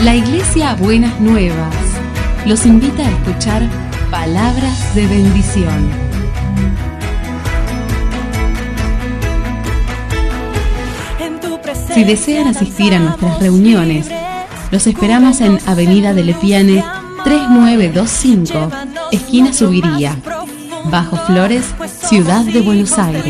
La Iglesia Buenas Nuevas los invita a escuchar palabras de bendición. Si desean asistir a nuestras reuniones, los esperamos en Avenida de Lepiane 3925, esquina Subiría, Bajo Flores, Ciudad de Buenos Aires.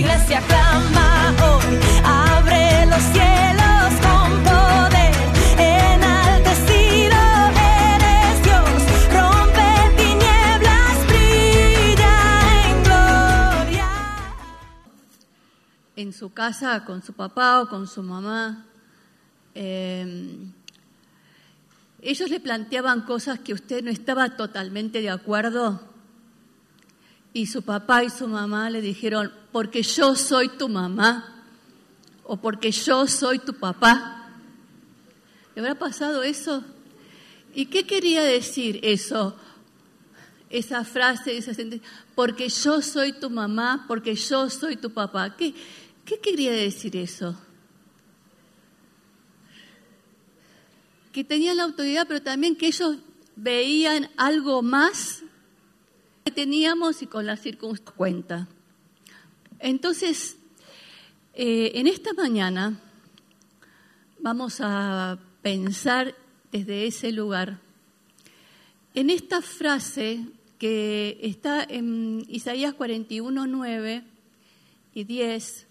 En su casa, con su papá o con su mamá, ellos le planteaban cosas que usted no estaba totalmente de acuerdo, y su papá y su mamá le dijeron, porque yo soy tu mamá, o porque yo soy tu papá. ¿Le habrá pasado eso? ¿Y qué quería decir eso? Esa frase, esa sentencia, porque yo soy tu mamá, porque yo soy tu papá. ¿Qué quería decir eso? Que tenían la autoridad, pero también que ellos veían algo más que teníamos y con las circunstancias cuenta. Entonces, en esta mañana vamos a pensar desde ese lugar en esta frase que está en Isaías 41, 9 y 10,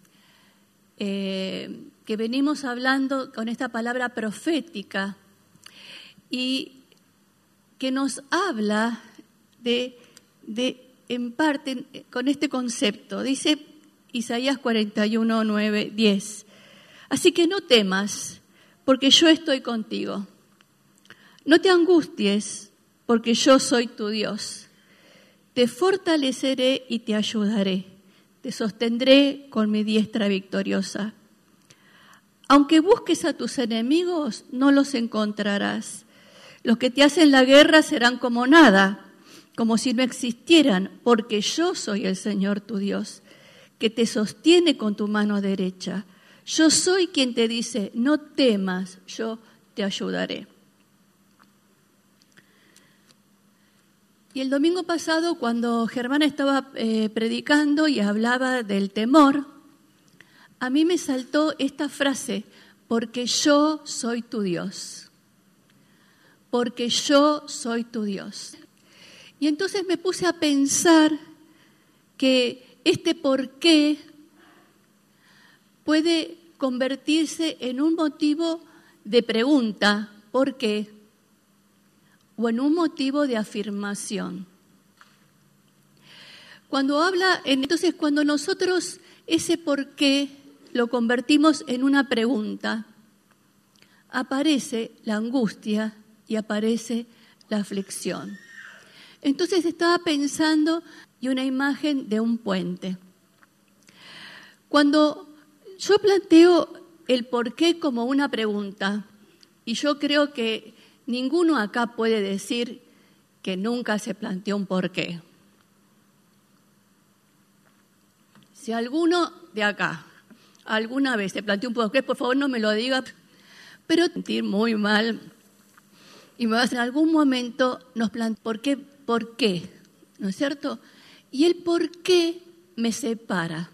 que venimos hablando con esta palabra profética y que nos habla de en parte con este concepto. Dice Isaías 41, 9, 10. Así que no temas, porque yo estoy contigo. No te angusties, porque yo soy tu Dios. Te fortaleceré y te ayudaré. Te sostendré con mi diestra victoriosa. Aunque busques a tus enemigos, no los encontrarás. Los que te hacen la guerra serán como nada, como si no existieran, porque yo soy el Señor tu Dios, que te sostiene con tu mano derecha. Yo soy quien te dice, no temas, yo te ayudaré. Y el domingo pasado, cuando Germana estaba predicando y hablaba del temor, a mí me saltó esta frase, porque yo soy tu Dios. Porque yo soy tu Dios. Y entonces me puse a pensar que este por qué puede convertirse en un motivo de pregunta, ¿por qué? O en un motivo de afirmación. Entonces cuando nosotros ese por qué lo convertimos en una pregunta, aparece la angustia y aparece la aflicción. Entonces estaba pensando en una imagen de un puente. Cuando yo planteo el por qué como una pregunta, y yo creo que ninguno acá puede decir que nunca se planteó un porqué. Si alguno de acá alguna vez se planteó un porqué, por favor no me lo diga, pero sentir muy mal. Y en algún momento nos planteamos ¿por qué? ¿No es cierto? Y el por qué me separa.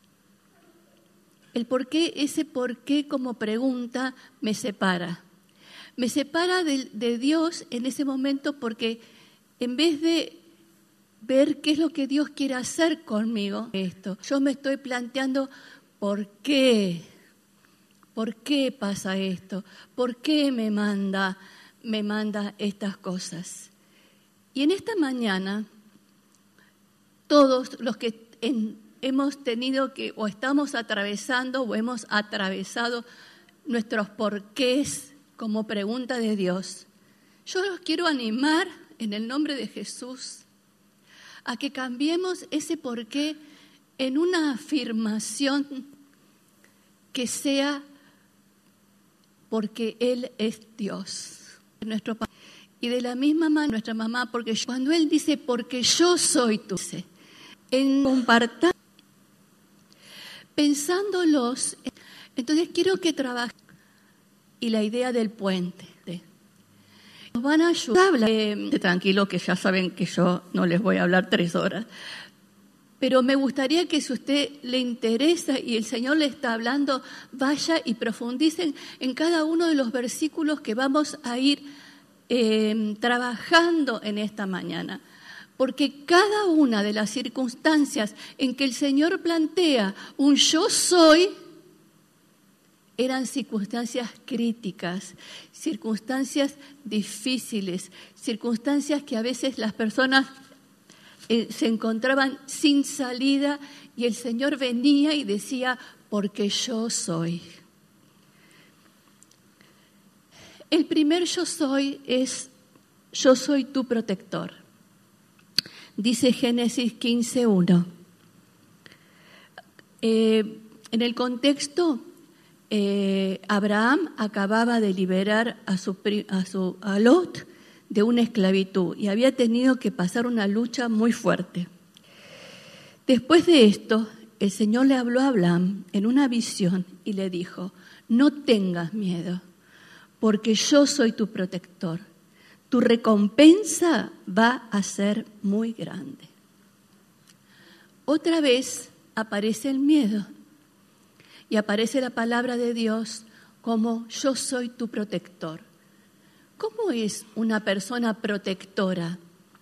El por qué, ese por qué como pregunta me separa. Me separa de Dios en ese momento porque en vez de ver qué es lo que Dios quiere hacer conmigo, yo me estoy planteando ¿por qué? ¿Por qué pasa esto? ¿Por qué me manda estas cosas? Y en esta mañana, todos los que hemos tenido que, o estamos atravesando, o hemos atravesado nuestros porqués como pregunta de Dios, yo los quiero animar en el nombre de Jesús a que cambiemos ese porqué en una afirmación que sea porque Él es Dios. Nuestro Padre. Y de la misma manera nuestra mamá, porque cuando Él dice, porque yo soy tu, en compartir, pensándolos, entonces quiero que trabajen. Y la idea del puente, van a ayudar. Tranquilo, que ya saben que yo no les voy a hablar 3 horas. Pero me gustaría que si a usted le interesa y el Señor le está hablando, vaya y profundice en cada uno de los versículos que vamos a ir trabajando en esta mañana. Porque cada una de las circunstancias en que el Señor plantea un yo soy, eran circunstancias críticas, circunstancias difíciles, circunstancias que a veces las personas se encontraban sin salida y el Señor venía y decía, porque yo soy. El primer yo soy es, yo soy tu protector. Dice Génesis 15:1. En el contexto, Abraham acababa de liberar a Lot de una esclavitud y había tenido que pasar una lucha muy fuerte. Después de esto, el Señor le habló a Abraham en una visión y le dijo, no tengas miedo, porque yo soy tu protector. Tu recompensa va a ser muy grande. Otra vez aparece el miedo y aparece la palabra de Dios como yo soy tu protector. ¿Cómo es una persona protectora?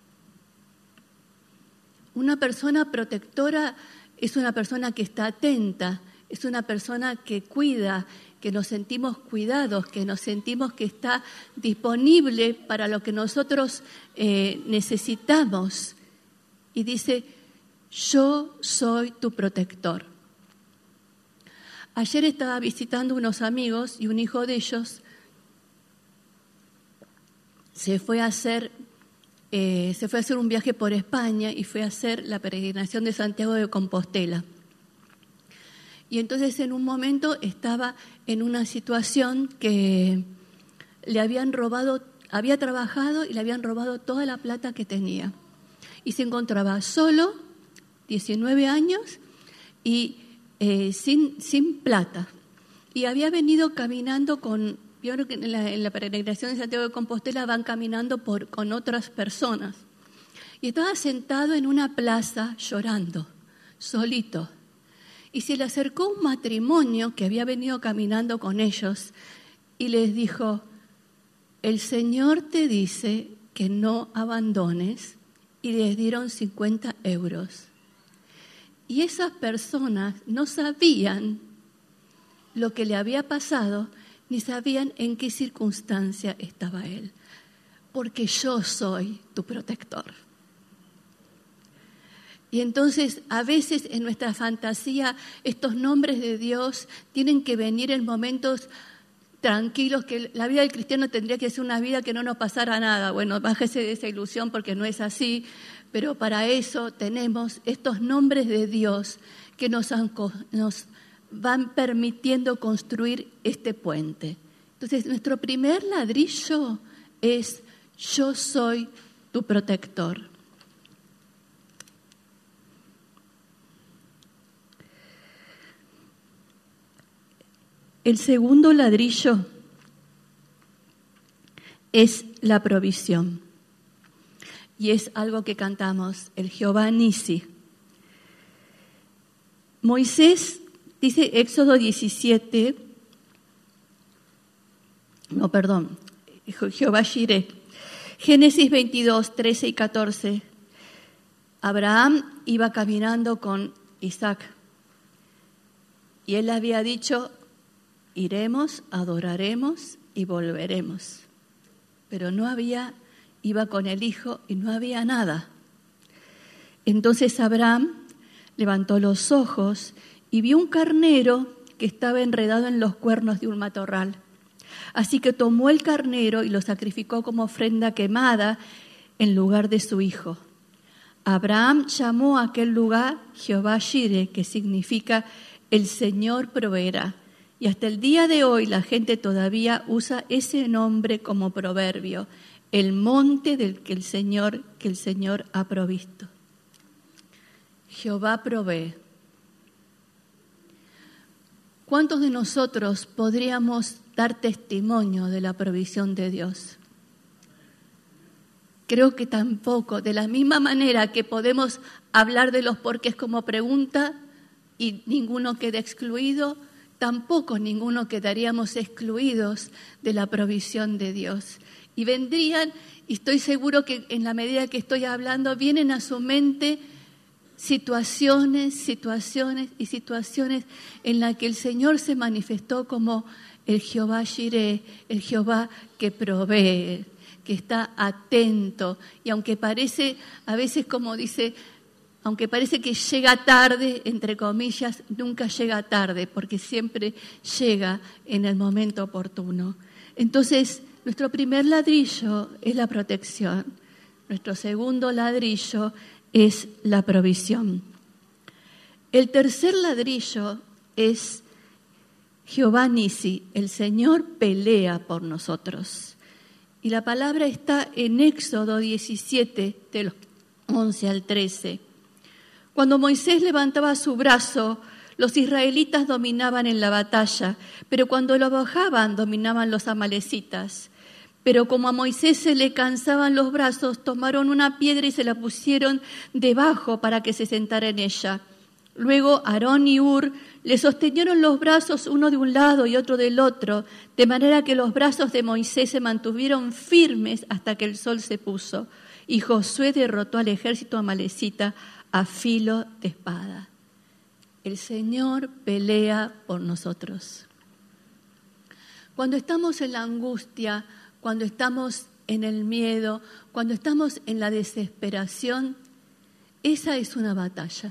Una persona protectora es una persona que está atenta, es una persona que cuida, que nos sentimos cuidados, que nos sentimos que está disponible para lo que nosotros necesitamos. Y dice, yo soy tu protector. Ayer estaba visitando unos amigos y un hijo de ellos se fue a hacer un viaje por España y fue a hacer la peregrinación de Santiago de Compostela. Y entonces en un momento estaba en una situación que le habían robado, había trabajado y le habían robado toda la plata que tenía. Y se encontraba solo, 19 años, y sin plata. Y había venido caminando con, yo creo que en la peregrinación de Santiago de Compostela van caminando con otras personas. Y estaba sentado en una plaza llorando, solito. Y se le acercó un matrimonio que había venido caminando con ellos y les dijo, el Señor te dice que no abandones, y les dieron 50 euros. Y esas personas no sabían lo que le había pasado, ni sabían en qué circunstancia estaba él. Porque yo soy tu protector. Y entonces, a veces en nuestra fantasía, estos nombres de Dios tienen que venir en momentos tranquilos, que la vida del cristiano tendría que ser una vida que no nos pasara nada. Bueno, bájese de esa ilusión porque no es así, pero para eso tenemos estos nombres de Dios que nos van permitiendo construir este puente. Entonces, nuestro primer ladrillo es yo soy tu protector. El segundo ladrillo es la provisión. Y es algo que cantamos, el Jehová Nisi. Moisés, dice Éxodo 17, Jehová Jireh. Génesis 22, 13 y 14. Abraham iba caminando con Isaac. Y él había dicho, iremos, adoraremos y volveremos. Pero iba con el hijo y no había nada. Entonces Abraham levantó los ojos y vio un carnero que estaba enredado en los cuernos de un matorral. Así que tomó el carnero y lo sacrificó como ofrenda quemada en lugar de su hijo. Abraham llamó a aquel lugar Jehová Jireh, que significa el Señor proveerá. Y hasta el día de hoy la gente todavía usa ese nombre como proverbio, el monte del que el Señor ha provisto. Jehová provee. ¿Cuántos de nosotros podríamos dar testimonio de la provisión de Dios? creo que tampoco, de la misma manera que podemos hablar de los porqués como pregunta y ninguno queda excluido, tampoco ninguno quedaríamos excluidos de la provisión de Dios. Y vendrían, y estoy seguro que en la medida que estoy hablando, vienen a su mente situaciones en las que el Señor se manifestó como el Jehová Jireh, el Jehová que provee, que está atento. Y aunque parece, a veces como dice, aunque parece que llega tarde, entre comillas, nunca llega tarde, porque siempre llega en el momento oportuno. Entonces, nuestro primer ladrillo es la protección. Nuestro segundo ladrillo es la provisión. El tercer ladrillo es Jehová Nisi, el Señor pelea por nosotros. Y la palabra está en Éxodo 17, del 11 al 13. Cuando Moisés levantaba su brazo, los israelitas dominaban en la batalla, pero cuando lo bajaban, dominaban los amalecitas. Pero como a Moisés se le cansaban los brazos, tomaron una piedra y se la pusieron debajo para que se sentara en ella. Luego Aarón y Hur le sostenieron los brazos uno de un lado y otro del otro, de manera que los brazos de Moisés se mantuvieron firmes hasta que el sol se puso. Y Josué derrotó al ejército amalecita a filo de espada. El Señor pelea por nosotros. Cuando estamos en la angustia, cuando estamos en el miedo, cuando estamos en la desesperación, esa es una batalla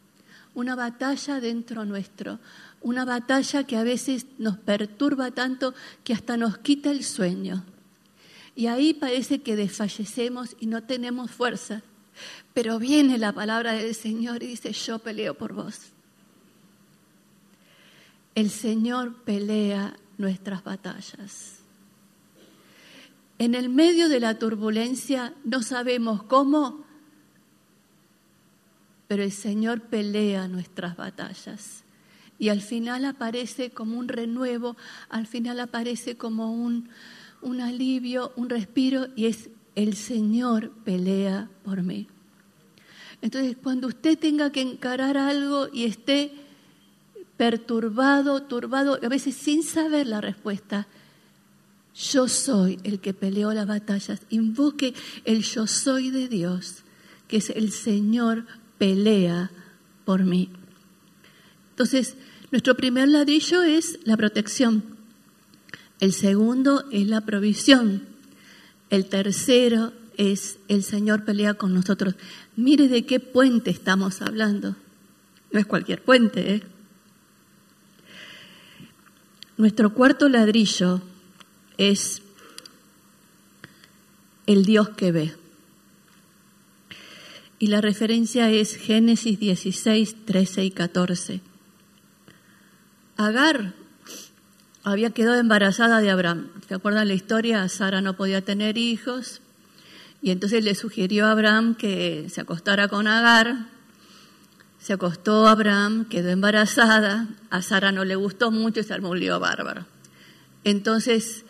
dentro nuestro, una batalla que a veces nos perturba tanto que hasta nos quita el sueño. Y ahí parece que desfallecemos y no tenemos fuerza, pero viene la palabra del Señor y dice: yo peleo por vos. El Señor pelea nuestras batallas. En el medio de la turbulencia no sabemos cómo, pero el Señor pelea nuestras batallas. Y al final aparece como un renuevo, al final aparece como un alivio, un respiro, y es: el Señor pelea por mí. Entonces, cuando usted tenga que encarar algo y esté perturbado, a veces sin saber la respuesta, yo soy el que peleó las batallas. Invoque el yo soy de Dios, que es el Señor pelea por mí. Entonces, nuestro primer ladrillo es la protección. El segundo es la provisión. El tercero es el Señor pelea con nosotros. Mire de qué puente estamos hablando. No es cualquier puente, ¿eh? Nuestro cuarto ladrillo es el Dios que ve. Y la referencia es Génesis 16, 13 y 14. Agar había quedado embarazada de Abraham. ¿Se acuerdan la historia? Sara no podía tener hijos y entonces le sugirió a Abraham que se acostara con Agar. Se acostó Abraham, quedó embarazada, a Sara no le gustó mucho y se armó un lío bárbaro. Entonces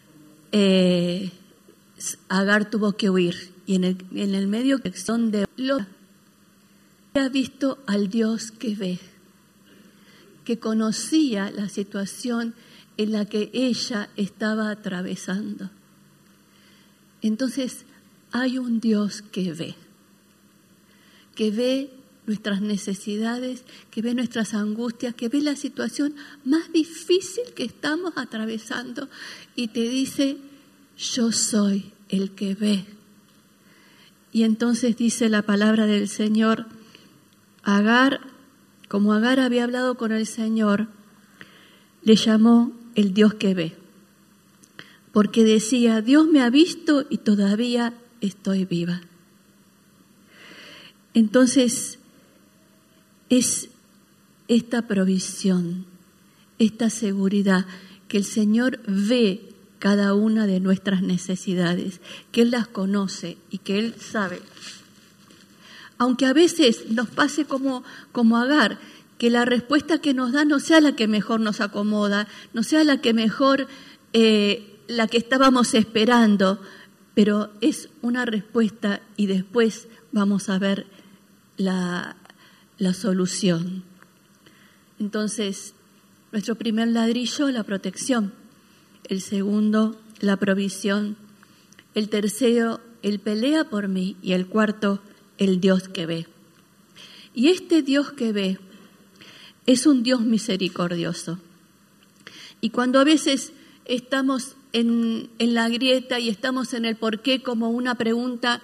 Agar tuvo que huir y en el medio donde había visto al Dios que ve, que conocía la situación en la que ella estaba atravesando. Entonces hay un Dios que ve nuestras necesidades, que ve nuestras angustias, que ve la situación más difícil que estamos atravesando y te dice: yo soy el que ve. Y entonces dice la palabra del Señor, como Agar había hablado con el Señor, le llamó el Dios que ve, porque decía: Dios me ha visto y todavía estoy viva. Entonces, es esta provisión, esta seguridad, que el Señor ve cada una de nuestras necesidades, que Él las conoce y que Él sabe. Aunque a veces nos pase como Agar, que la respuesta que nos da no sea la que mejor nos acomoda, no sea la que mejor, la que estábamos esperando, pero es una respuesta y después vamos a ver la solución. Entonces, nuestro primer ladrillo, la protección. El segundo, la provisión. El tercero, el pelea por mí. Y el cuarto, el Dios que ve. Y este Dios que ve es un Dios misericordioso. Y cuando a veces estamos en la grieta y estamos en el porqué como una pregunta,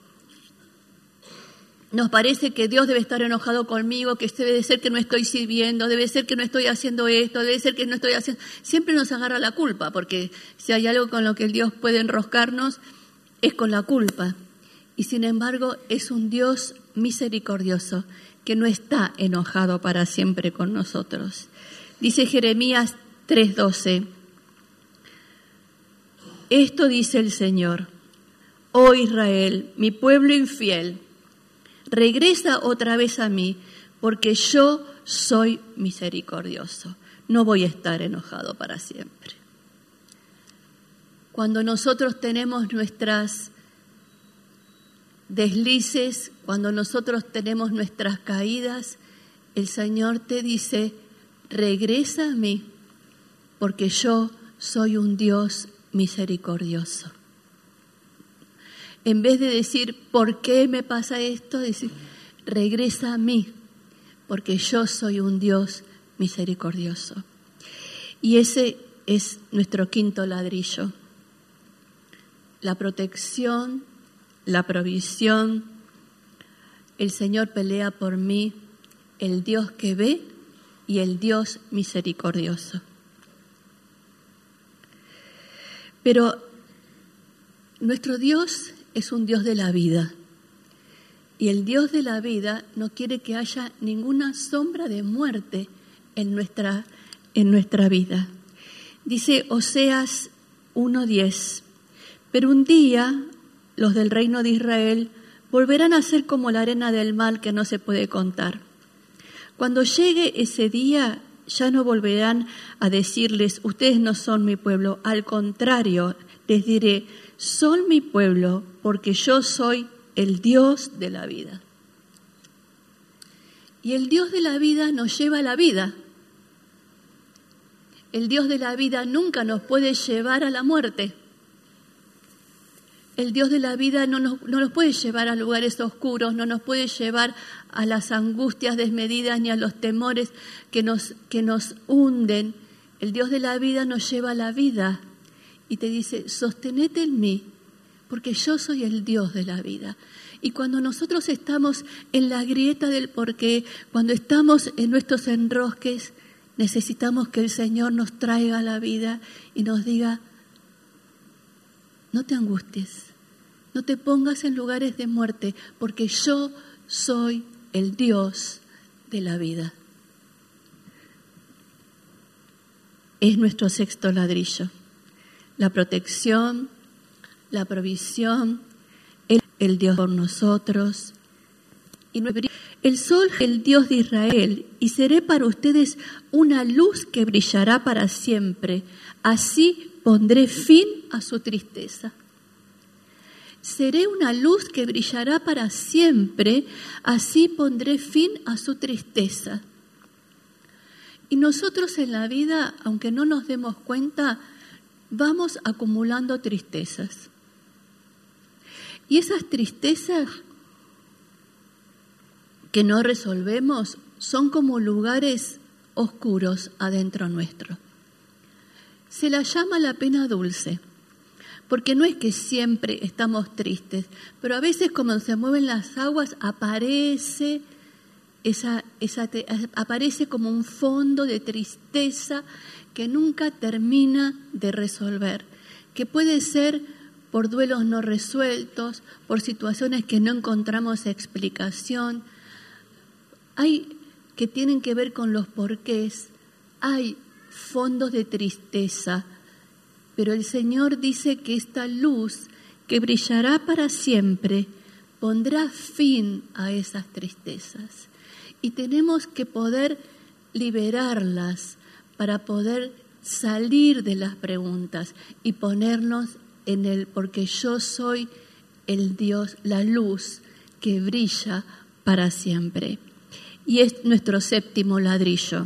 nos parece que Dios debe estar enojado conmigo, que debe ser que no estoy sirviendo, debe ser que no estoy haciendo esto, debe ser que no estoy haciendo... Siempre nos agarra la culpa, porque si hay algo con lo que el Dios puede enroscarnos, es con la culpa. Y sin embargo, es un Dios misericordioso, que no está enojado para siempre con nosotros. Dice Jeremías 3:12, esto dice el Señor, oh Israel, mi pueblo infiel, regresa otra vez a mí, porque yo soy misericordioso. No voy a estar enojado para siempre. Cuando nosotros tenemos nuestras deslices, cuando nosotros tenemos nuestras caídas, el Señor te dice, regresa a mí, porque yo soy un Dios misericordioso. En vez de decir, ¿por qué me pasa esto? Decir, regresa a mí, porque yo soy un Dios misericordioso. Y ese es nuestro quinto ladrillo. La protección, la provisión, el Señor pelea por mí, el Dios que ve y el Dios misericordioso. Pero nuestro Dios es un Dios de la vida. Y el Dios de la vida no quiere que haya ninguna sombra de muerte en nuestra vida. Dice Oseas 1:10, pero un día los del reino de Israel volverán a ser como la arena del mar que no se puede contar. Cuando llegue ese día, ya no volverán a decirles, ustedes no son mi pueblo. Al contrario, les diré, son mi pueblo porque yo soy el Dios de la vida. Y el Dios de la vida nos lleva a la vida. El Dios de la vida nunca nos puede llevar a la muerte. El Dios de la vida no nos puede llevar a lugares oscuros, no nos puede llevar a las angustias desmedidas ni a los temores que nos hunden. El Dios de la vida nos lleva a la vida y te dice, sostenete en mí, porque yo soy el Dios de la vida. Y cuando nosotros estamos en la grieta del porqué, cuando estamos en nuestros enrosques, necesitamos que el Señor nos traiga la vida y nos diga, no te angusties, no te pongas en lugares de muerte, porque yo soy el Dios de la vida. Es nuestro sexto ladrillo. La protección, la provisión, el Dios por nosotros. Y el sol es el Dios de Israel, y seré para ustedes una luz que brillará para siempre. Así pondré fin a su tristeza. Seré una luz que brillará para siempre, así pondré fin a su tristeza. Y nosotros en la vida, aunque no nos demos cuenta, vamos acumulando tristezas. Y esas tristezas que no resolvemos son como lugares oscuros adentro nuestro. Se la llama la pena dulce, porque no es que siempre estamos tristes, pero a veces como se mueven las aguas aparece aparece como un fondo de tristeza que nunca termina de resolver, que puede ser por duelos no resueltos, por situaciones que no encontramos explicación. Hay que tienen que ver con los porqués, hay fondos de tristeza, pero el Señor dice que esta luz que brillará para siempre pondrá fin a esas tristezas. Y tenemos que poder liberarlas para poder salir de las preguntas y ponernos en Él, porque yo soy el Dios, la luz que brilla para siempre. Y es nuestro 7º ladrillo.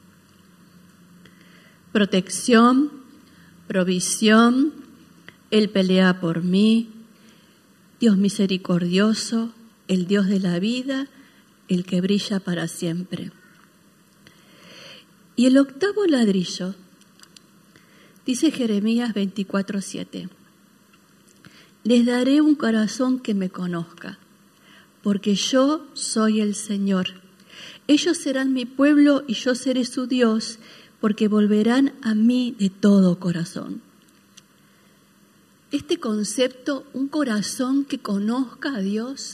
Protección, provisión, Él pelea por mí, Dios misericordioso, el Dios de la vida, el que brilla para siempre. Y el 8º ladrillo, dice Jeremías 24:7, les daré un corazón que me conozca, porque yo soy el Señor. Ellos serán mi pueblo y yo seré su Dios, porque volverán a mí de todo corazón. Este concepto, un corazón que conozca a Dios,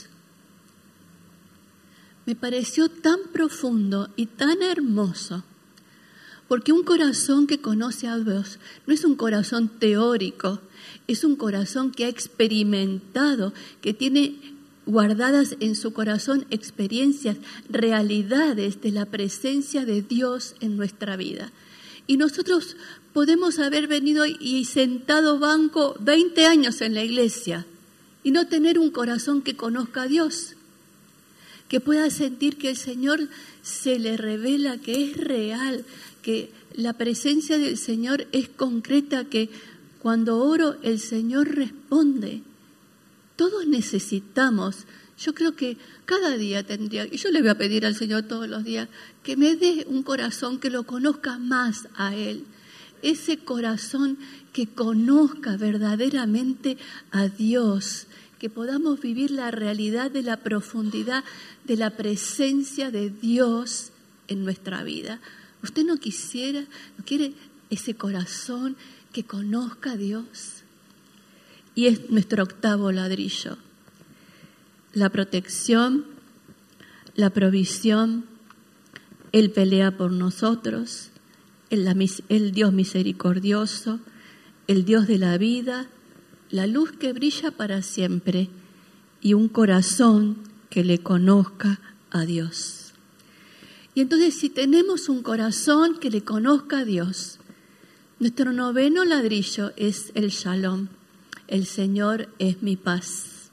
me pareció tan profundo y tan hermoso, porque un corazón que conoce a Dios no es un corazón teórico, es un corazón que ha experimentado, que tiene guardadas en su corazón experiencias, realidades de la presencia de Dios en nuestra vida. Y nosotros podemos haber venido y sentado banco 20 años en la iglesia y no tener un corazón que conozca a Dios, que pueda sentir que el Señor se le revela, que es real, que la presencia del Señor es concreta, que cuando oro el Señor responde. Todos necesitamos, yo creo que cada día tendría, y yo le voy a pedir al Señor todos los días, que me dé un corazón que lo conozca más a Él. Ese corazón que conozca verdaderamente a Dios, que podamos vivir la realidad de la profundidad de la presencia de Dios en nuestra vida. ¿Usted no quiere ese corazón que conozca a Dios? Y es nuestro 8º ladrillo. La protección, la provisión, Él pelea por nosotros, el Dios misericordioso, el Dios de la vida, la luz que brilla para siempre y un corazón que le conozca a Dios. Y entonces, si tenemos un corazón que le conozca a Dios, nuestro 9º ladrillo es el Shalom. El Señor es mi paz.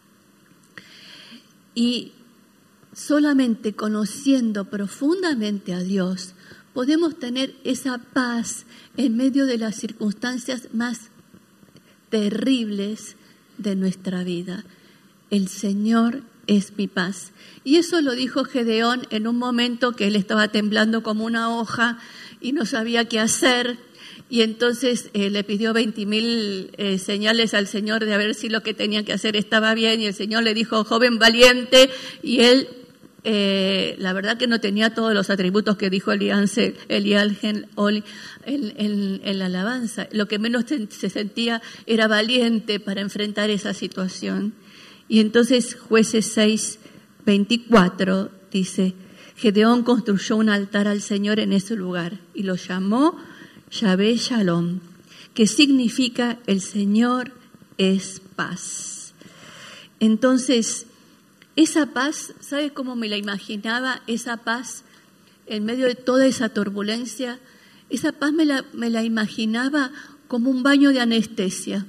Y solamente conociendo profundamente a Dios, podemos tener esa paz en medio de las circunstancias más terribles de nuestra vida. El Señor es mi paz. Y eso lo dijo Gedeón en un momento que él estaba temblando como una hoja y no sabía qué hacer. Y entonces le pidió 20.000 señales al Señor de a ver si lo que tenía que hacer estaba bien. Y el Señor le dijo, joven valiente. Y él, la verdad que no tenía todos los atributos que dijo Eliángel en la alabanza. Lo que menos se sentía era valiente para enfrentar esa situación. Y entonces Jueces 6:24 dice, Gedeón construyó un altar al Señor en ese lugar y lo llamó Yahvé Shalom, que significa el Señor es paz. Entonces, esa paz, ¿sabe cómo me la imaginaba? Esa paz en medio de toda esa turbulencia, esa paz me la imaginaba como un baño de anestesia.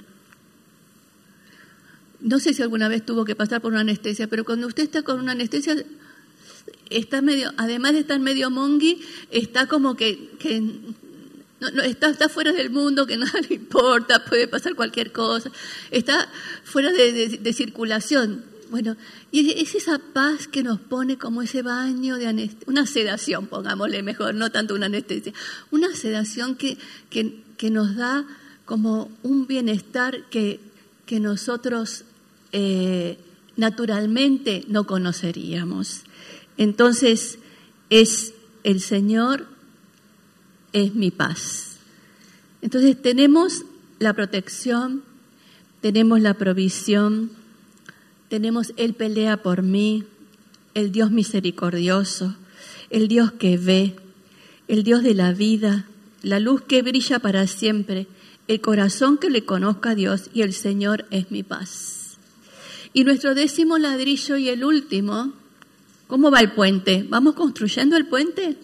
No sé si alguna vez tuvo que pasar por una anestesia, pero cuando usted está con una anestesia, está medio, además de estar medio mongui, está como que no, está fuera del mundo, que nada le importa, puede pasar cualquier cosa, está fuera de circulación. Bueno, y es esa paz que nos pone como ese baño de anestesia, una sedación, pongámosle mejor, no tanto una anestesia, una sedación que nos da como un bienestar que nosotros naturalmente no conoceríamos. Entonces, es el Señor es mi paz. Entonces tenemos la protección, tenemos la provisión, tenemos Él pelea por mí, el Dios misericordioso, el Dios que ve, el Dios de la vida, la luz que brilla para siempre, el corazón que le conozca a Dios y el Señor es mi paz. Y nuestro 10º ladrillo y el último, ¿cómo va el puente? ¿Vamos construyendo el puente?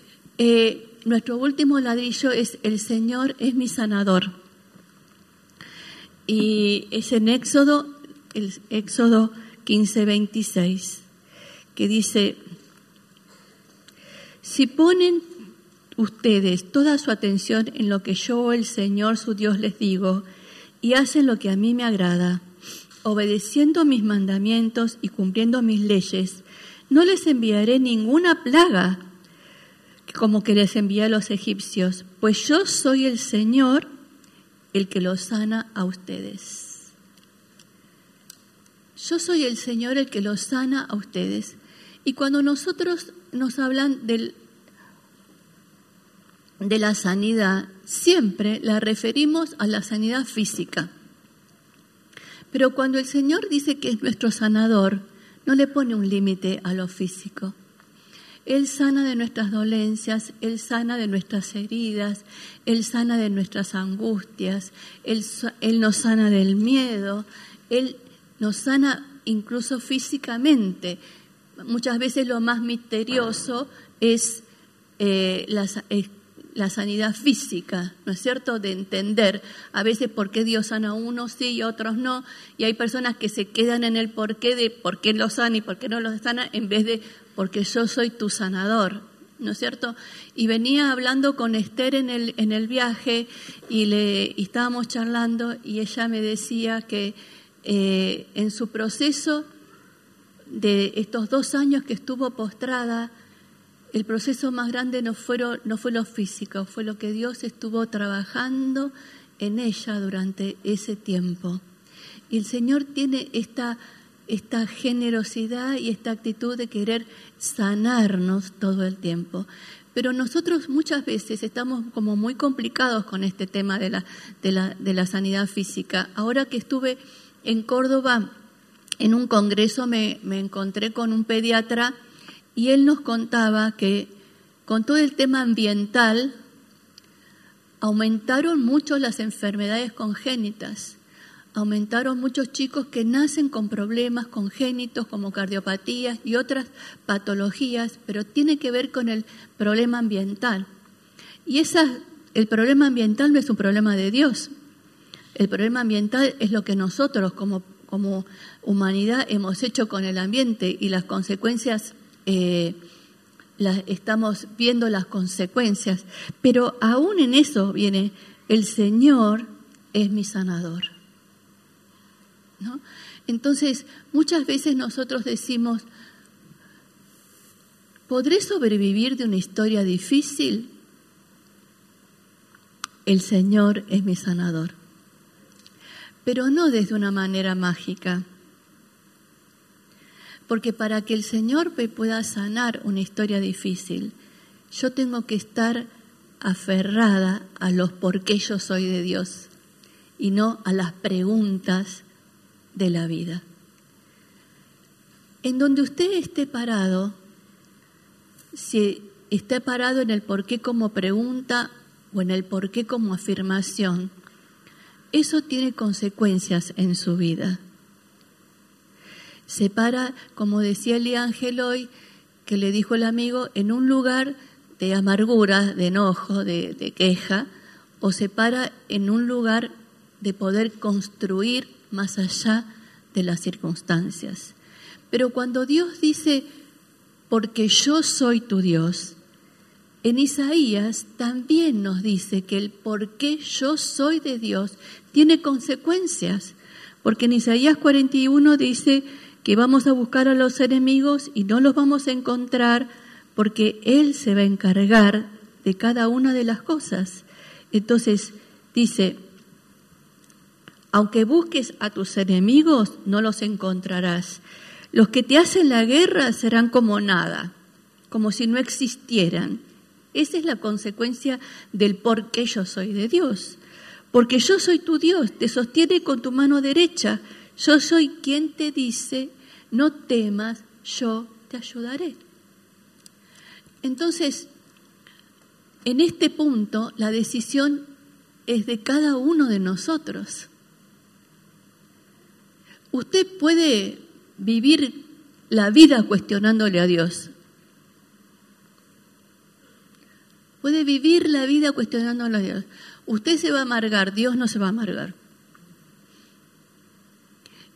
Nuestro último ladrillo es el Señor es mi sanador. Y es en Éxodo 15:26, que dice: si ponen ustedes toda su atención en lo que yo, el Señor su Dios, les digo, y hacen lo que a mí me agrada, obedeciendo mis mandamientos y cumpliendo mis leyes, no les enviaré ninguna plaga como que les envié a los egipcios, pues yo soy el Señor, el que los sana a ustedes. Yo soy el Señor, el que los sana a ustedes. Y cuando nosotros nos hablan de la sanidad, siempre la referimos a la sanidad física. Pero cuando el Señor dice que es nuestro sanador, no le pone un límite a lo físico. Él sana de nuestras dolencias, Él sana de nuestras heridas, Él sana de nuestras angustias, Él nos sana del miedo, Él nos sana incluso físicamente. Muchas veces lo más misterioso es la sanidad física, ¿no es cierto?, de entender a veces por qué Dios sana a unos sí y a otros no, y hay personas que se quedan en el porqué de por qué los sana y por qué no los sana, en vez de porque yo soy tu sanador, ¿no es cierto? Y venía hablando con Esther en el viaje y estábamos charlando y ella me decía que en su proceso de estos 2 años que estuvo postrada, el proceso más grande no fue lo físico, fue lo que Dios estuvo trabajando en ella durante ese tiempo. Y el Señor tiene esta generosidad y esta actitud de querer sanarnos todo el tiempo. Pero nosotros muchas veces estamos como muy complicados con este tema de la sanidad física. Ahora que estuve en Córdoba en un congreso me encontré con un pediatra y él nos contaba que con todo el tema ambiental aumentaron mucho las enfermedades congénitas. Aumentaron muchos chicos que nacen con problemas congénitos como cardiopatías y otras patologías, pero tiene que ver con el problema ambiental. Y el problema ambiental no es un problema de Dios. El problema ambiental es lo que nosotros como humanidad hemos hecho con el ambiente y las consecuencias, estamos viendo las consecuencias. Pero aún en eso viene, el Señor es mi sanador, ¿no? Entonces, muchas veces nosotros decimos, ¿podré sobrevivir de una historia difícil? El Señor es mi sanador. Pero no desde una manera mágica. Porque para que el Señor me pueda sanar una historia difícil, yo tengo que estar aferrada a los por qué yo soy de Dios y no a las preguntas de la vida. En donde usted esté parado, si esté parado en el por qué como pregunta o en el por qué como afirmación, eso tiene consecuencias en su vida. Se para, como decía Eliángel hoy, que le dijo el amigo, en un lugar de amargura, de enojo, de queja, o se para en un lugar de poder construir más allá de las circunstancias. Pero cuando Dios dice, porque yo soy tu Dios, en Isaías también nos dice que el por qué yo soy de Dios tiene consecuencias, porque en Isaías 41 dice que vamos a buscar a los enemigos y no los vamos a encontrar porque Él se va a encargar de cada una de las cosas. Entonces dice, aunque busques a tus enemigos, no los encontrarás. Los que te hacen la guerra serán como nada, como si no existieran. Esa es la consecuencia del por qué yo soy de Dios. Porque yo soy tu Dios, te sostiene con tu mano derecha. Yo soy quien te dice, no temas, yo te ayudaré. Entonces, en este punto, la decisión es de cada uno de nosotros. Usted puede vivir la vida cuestionándole a Dios. Puede vivir la vida cuestionándole a Dios. Usted se va a amargar, Dios no se va a amargar.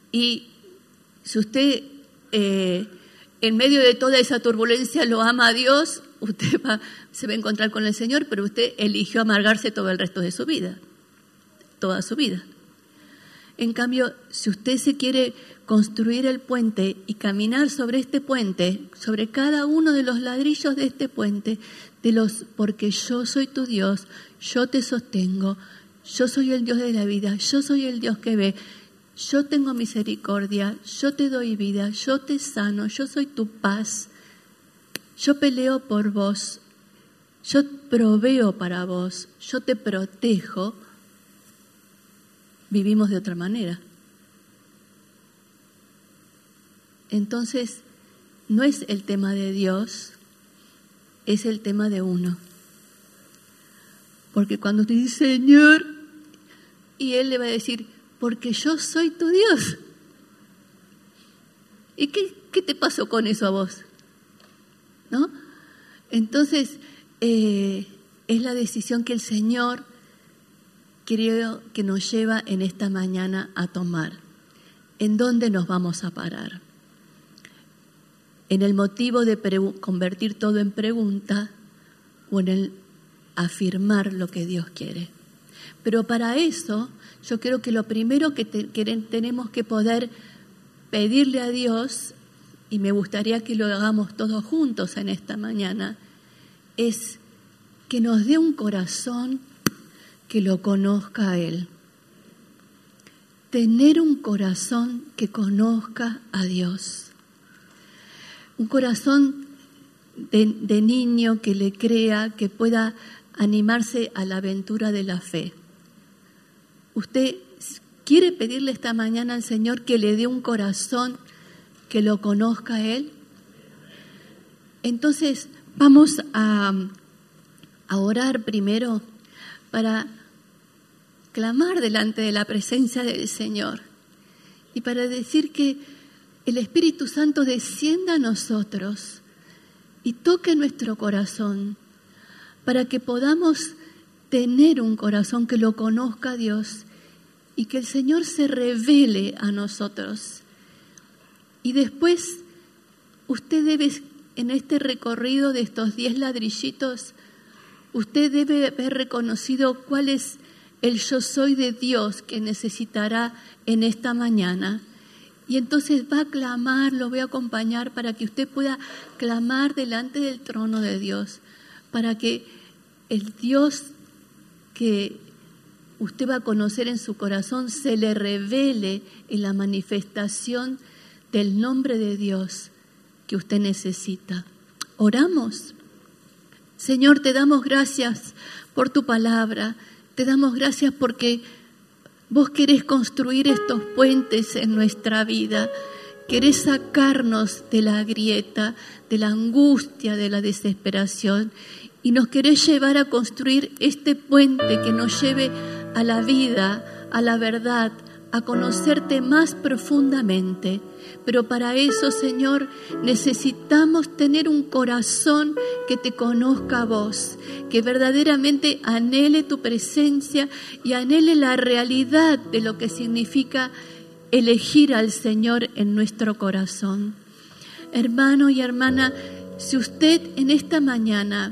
Y si usted en medio de toda esa turbulencia lo ama a Dios, usted se va a encontrar con el Señor, pero usted eligió amargarse todo el resto de su vida, toda su vida. En cambio, si usted se quiere construir el puente y caminar sobre este puente, sobre cada uno de los ladrillos de este puente, porque yo soy tu Dios, yo te sostengo, yo soy el Dios de la vida, yo soy el Dios que ve, yo tengo misericordia, yo te doy vida, yo te sano, yo soy tu paz, yo peleo por vos, yo proveo para vos, yo te protejo, vivimos de otra manera. Entonces, no es el tema de Dios, es el tema de uno. Porque cuando usted dice, Señor, y Él le va a decir, porque yo soy tu Dios. ¿Y qué te pasó con eso a vos? ¿No? Entonces, es la decisión que el Señor creo que nos lleva en esta mañana a tomar. ¿En dónde nos vamos a parar? ¿En el motivo de convertir todo en pregunta o en el afirmar lo que Dios quiere? Pero para eso, yo creo que lo primero que tenemos que poder pedirle a Dios, y me gustaría que lo hagamos todos juntos en esta mañana, es que nos dé un corazón que lo conozca a Él. Tener un corazón que conozca a Dios. Un corazón de niño que le crea, que pueda animarse a la aventura de la fe. ¿Usted quiere pedirle esta mañana al Señor que le dé un corazón que lo conozca a Él? Entonces, vamos a orar primero para clamar delante de la presencia del Señor y para decir que el Espíritu Santo descienda a nosotros y toque nuestro corazón para que podamos tener un corazón que lo conozca a Dios y que el Señor se revele a nosotros. Y después usted debe, en este recorrido de estos 10 ladrillitos, usted debe haber reconocido cuál es el yo soy de Dios que necesitará en esta mañana. Y entonces va a clamar, lo voy a acompañar para que usted pueda clamar delante del trono de Dios, para que el Dios que usted va a conocer en su corazón se le revele en la manifestación del nombre de Dios que usted necesita. Oramos. Señor, te damos gracias por tu palabra, te damos gracias porque vos querés construir estos puentes en nuestra vida, querés sacarnos de la grieta, de la angustia, de la desesperación, y nos querés llevar a construir este puente que nos lleve a la vida, a la verdad, a conocerte más profundamente. Pero para eso, Señor, necesitamos tener un corazón que te conozca a vos, que verdaderamente anhele tu presencia y anhele la realidad de lo que significa elegir al Señor en nuestro corazón. Hermano y hermana, si usted en esta mañana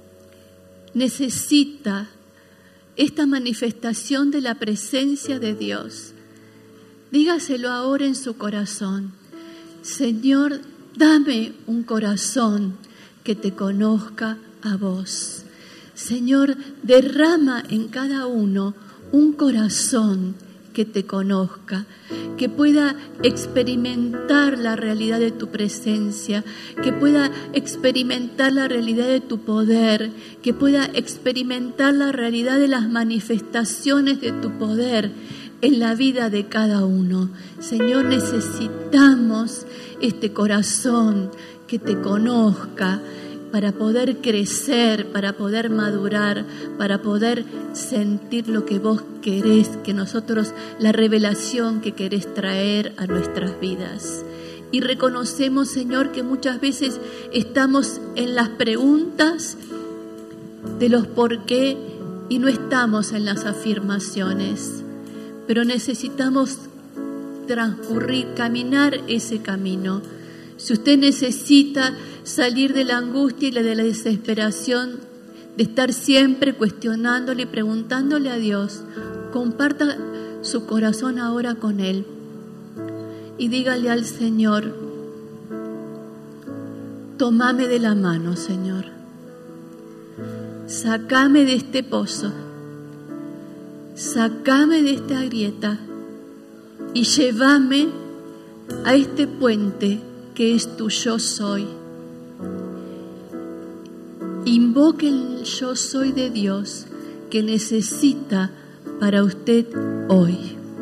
necesita esta manifestación de la presencia de Dios, dígaselo ahora en su corazón. Señor, dame un corazón que te conozca a vos. Señor, derrama en cada uno un corazón que te conozca, que pueda experimentar la realidad de tu presencia, que pueda experimentar la realidad de tu poder, que pueda experimentar la realidad de las manifestaciones de tu poder en la vida de cada uno. Señor, necesitamos este corazón que te conozca para poder crecer, para poder madurar, para poder sentir lo que vos querés, que nosotros, la revelación que querés traer a nuestras vidas. Y reconocemos, Señor, que muchas veces estamos en las preguntas de los por qué y no estamos en las afirmaciones. Pero necesitamos transcurrir, caminar ese camino. Si usted necesita salir de la angustia y de la desesperación, de estar siempre cuestionándole y preguntándole a Dios, comparta su corazón ahora con Él y dígale al Señor: tómame de la mano, Señor, sácame de este pozo, sácame de esta grieta y llévame a este puente que es tu yo soy. Invoque el yo soy de Dios que necesita para usted hoy.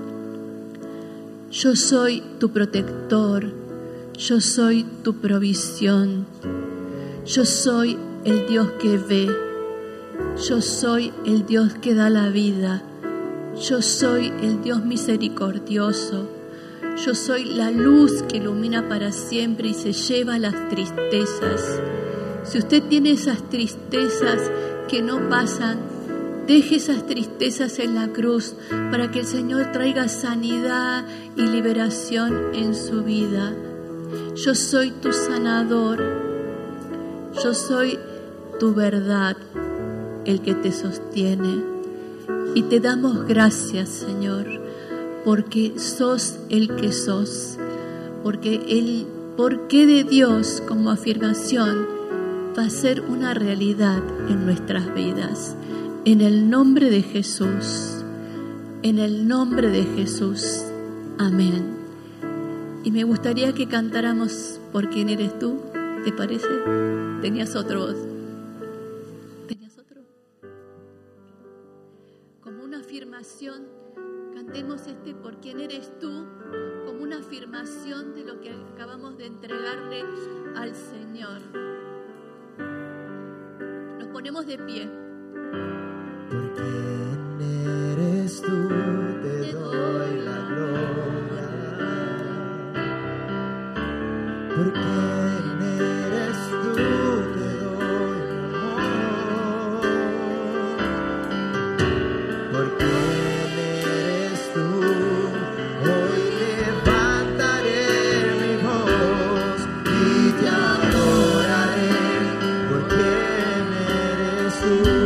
Yo soy tu protector, yo soy tu provisión, yo soy el Dios que ve, yo soy el Dios que da la vida, yo soy el Dios misericordioso, yo soy la luz que ilumina para siempre y se lleva las tristezas. Si usted tiene esas tristezas que no pasan, deje esas tristezas en la cruz para que el Señor traiga sanidad y liberación en su vida. Yo soy tu sanador, yo soy tu verdad, el que te sostiene. Y te damos gracias, Señor, porque sos el que sos, porque el porqué de Dios como afirmación va a ser una realidad en nuestras vidas. En el nombre de Jesús, en el nombre de Jesús. Amén. Y me gustaría que cantáramos ¿Por quién eres tú? ¿Te parece? ¿Tenías otro voz? ¿Tenías otro? Como una afirmación, cantemos este ¿Por quién eres tú? Como una afirmación de lo que acabamos de entregarle al Señor. Nos ponemos de pie. ¿Por quién eres tú? Te doy la gloria. ¿Por quién eres tú? Te doy amor. ¿Por quién eres tú? Hoy levantaré mi voz y te adoraré. ¿Por quién eres tú?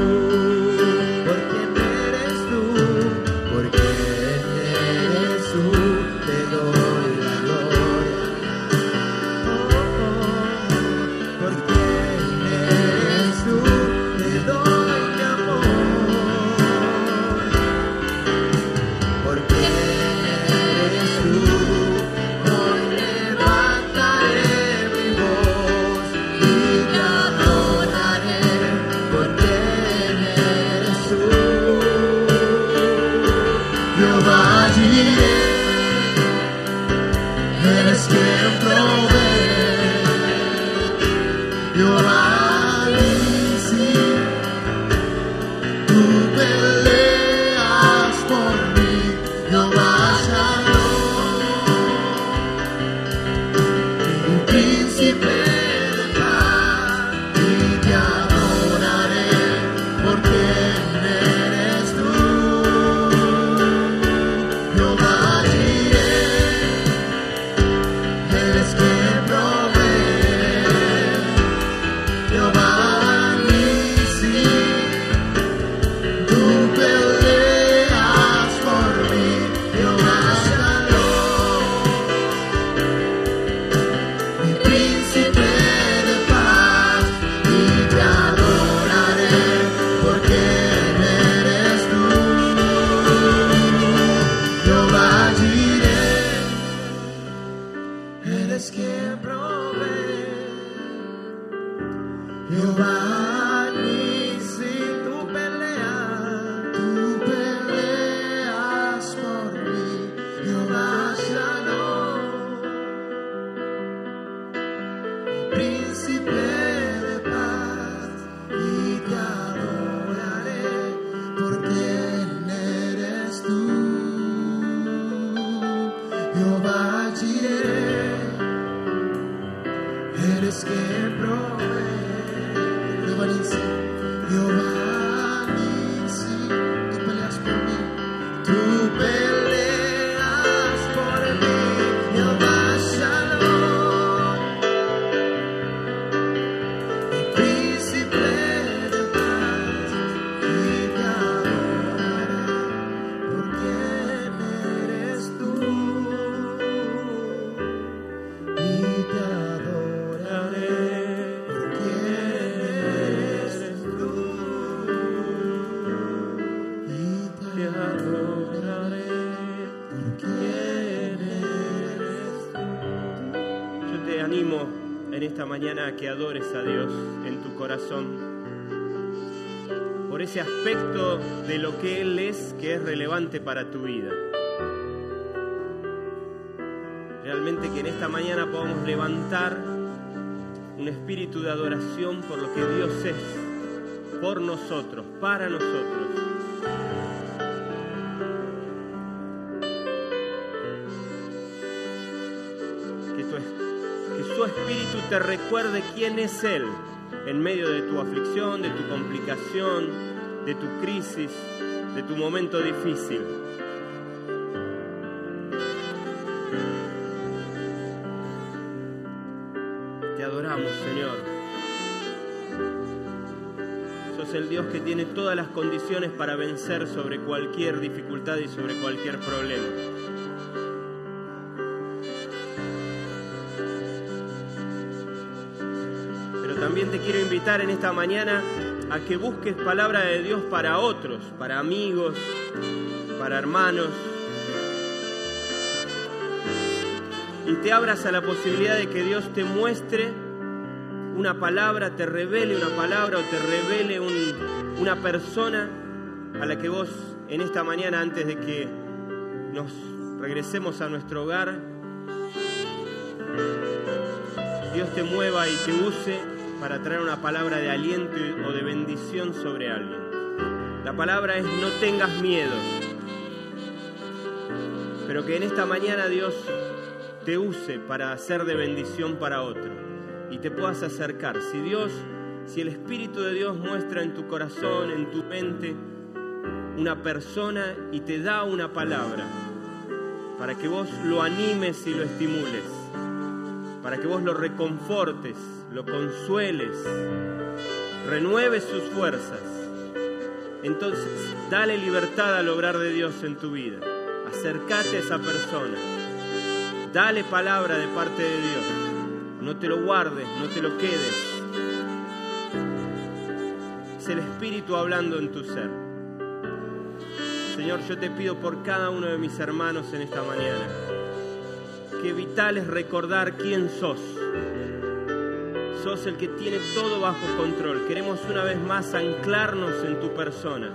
Eres animo en esta mañana a que adores a Dios en tu corazón por ese aspecto de lo que Él es, que es relevante para tu vida. Realmente que en esta mañana podamos levantar un espíritu de adoración por lo que Dios es, por nosotros, para nosotros. Que su espíritu te recuerde quién es Él en medio de tu aflicción, de tu complicación, de tu crisis, de tu momento difícil. Te adoramos, Señor. Sos el Dios que tiene todas las condiciones para vencer sobre cualquier dificultad y sobre cualquier problema. También te quiero invitar en esta mañana a que busques palabra de Dios para otros, para amigos, para hermanos, y te abras a la posibilidad de que Dios te muestre una palabra, te revele una palabra o te revele una persona a la que vos en esta mañana, antes de que nos regresemos a nuestro hogar, Dios te mueva y te use para traer una palabra de aliento o de bendición sobre alguien. La palabra es: no tengas miedo. Pero que en esta mañana Dios te use para hacer de bendición para otro y te puedas acercar. Si el Espíritu de Dios muestra en tu corazón, en tu mente, una persona y te da una palabra para que vos lo animes y lo estimules, para que vos lo reconfortes, lo consueles, renueves sus fuerzas, entonces dale libertad al obrar de Dios en tu vida. Acércate a esa persona, dale palabra de parte de Dios, no te lo guardes, no te lo quedes. Es el Espíritu hablando en tu ser. Señor, yo te pido por cada uno de mis hermanos en esta mañana, que vital es recordar quién sos. Sos el que tiene todo bajo control. Queremos una vez más anclarnos en tu persona,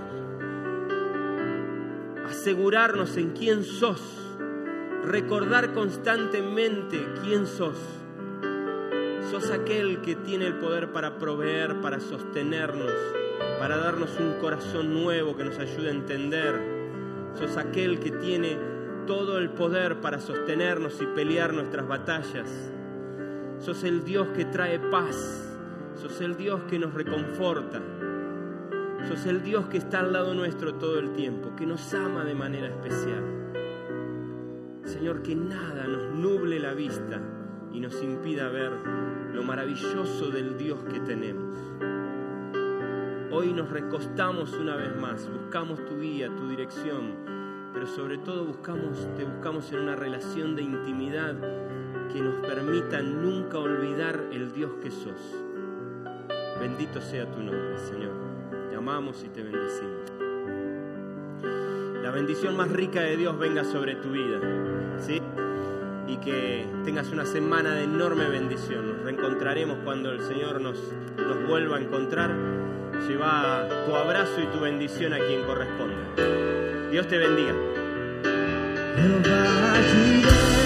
asegurarnos en quién sos, recordar constantemente quién sos. Sos aquel que tiene el poder para proveer, para sostenernos, para darnos un corazón nuevo que nos ayude a entender. Sos aquel que tiene todo el poder para sostenernos y pelear nuestras batallas. Sos el Dios que trae paz. Sos el Dios que nos reconforta. Sos el Dios que está al lado nuestro todo el tiempo, que nos ama de manera especial. Señor, que nada nos nuble la vista y nos impida ver lo maravilloso del Dios que tenemos. Hoy nos recostamos una vez más, buscamos tu guía, tu dirección, pero sobre todo te buscamos en una relación de intimidad que nos permita nunca olvidar el Dios que sos. Bendito sea tu nombre, Señor. Te amamos y te bendecimos. La bendición más rica de Dios venga sobre tu vida, ¿sí? Y que tengas una semana de enorme bendición. Nos reencontraremos cuando el Señor nos vuelva a encontrar. Lleva tu abrazo y tu bendición a quien corresponda. Dios te bendiga.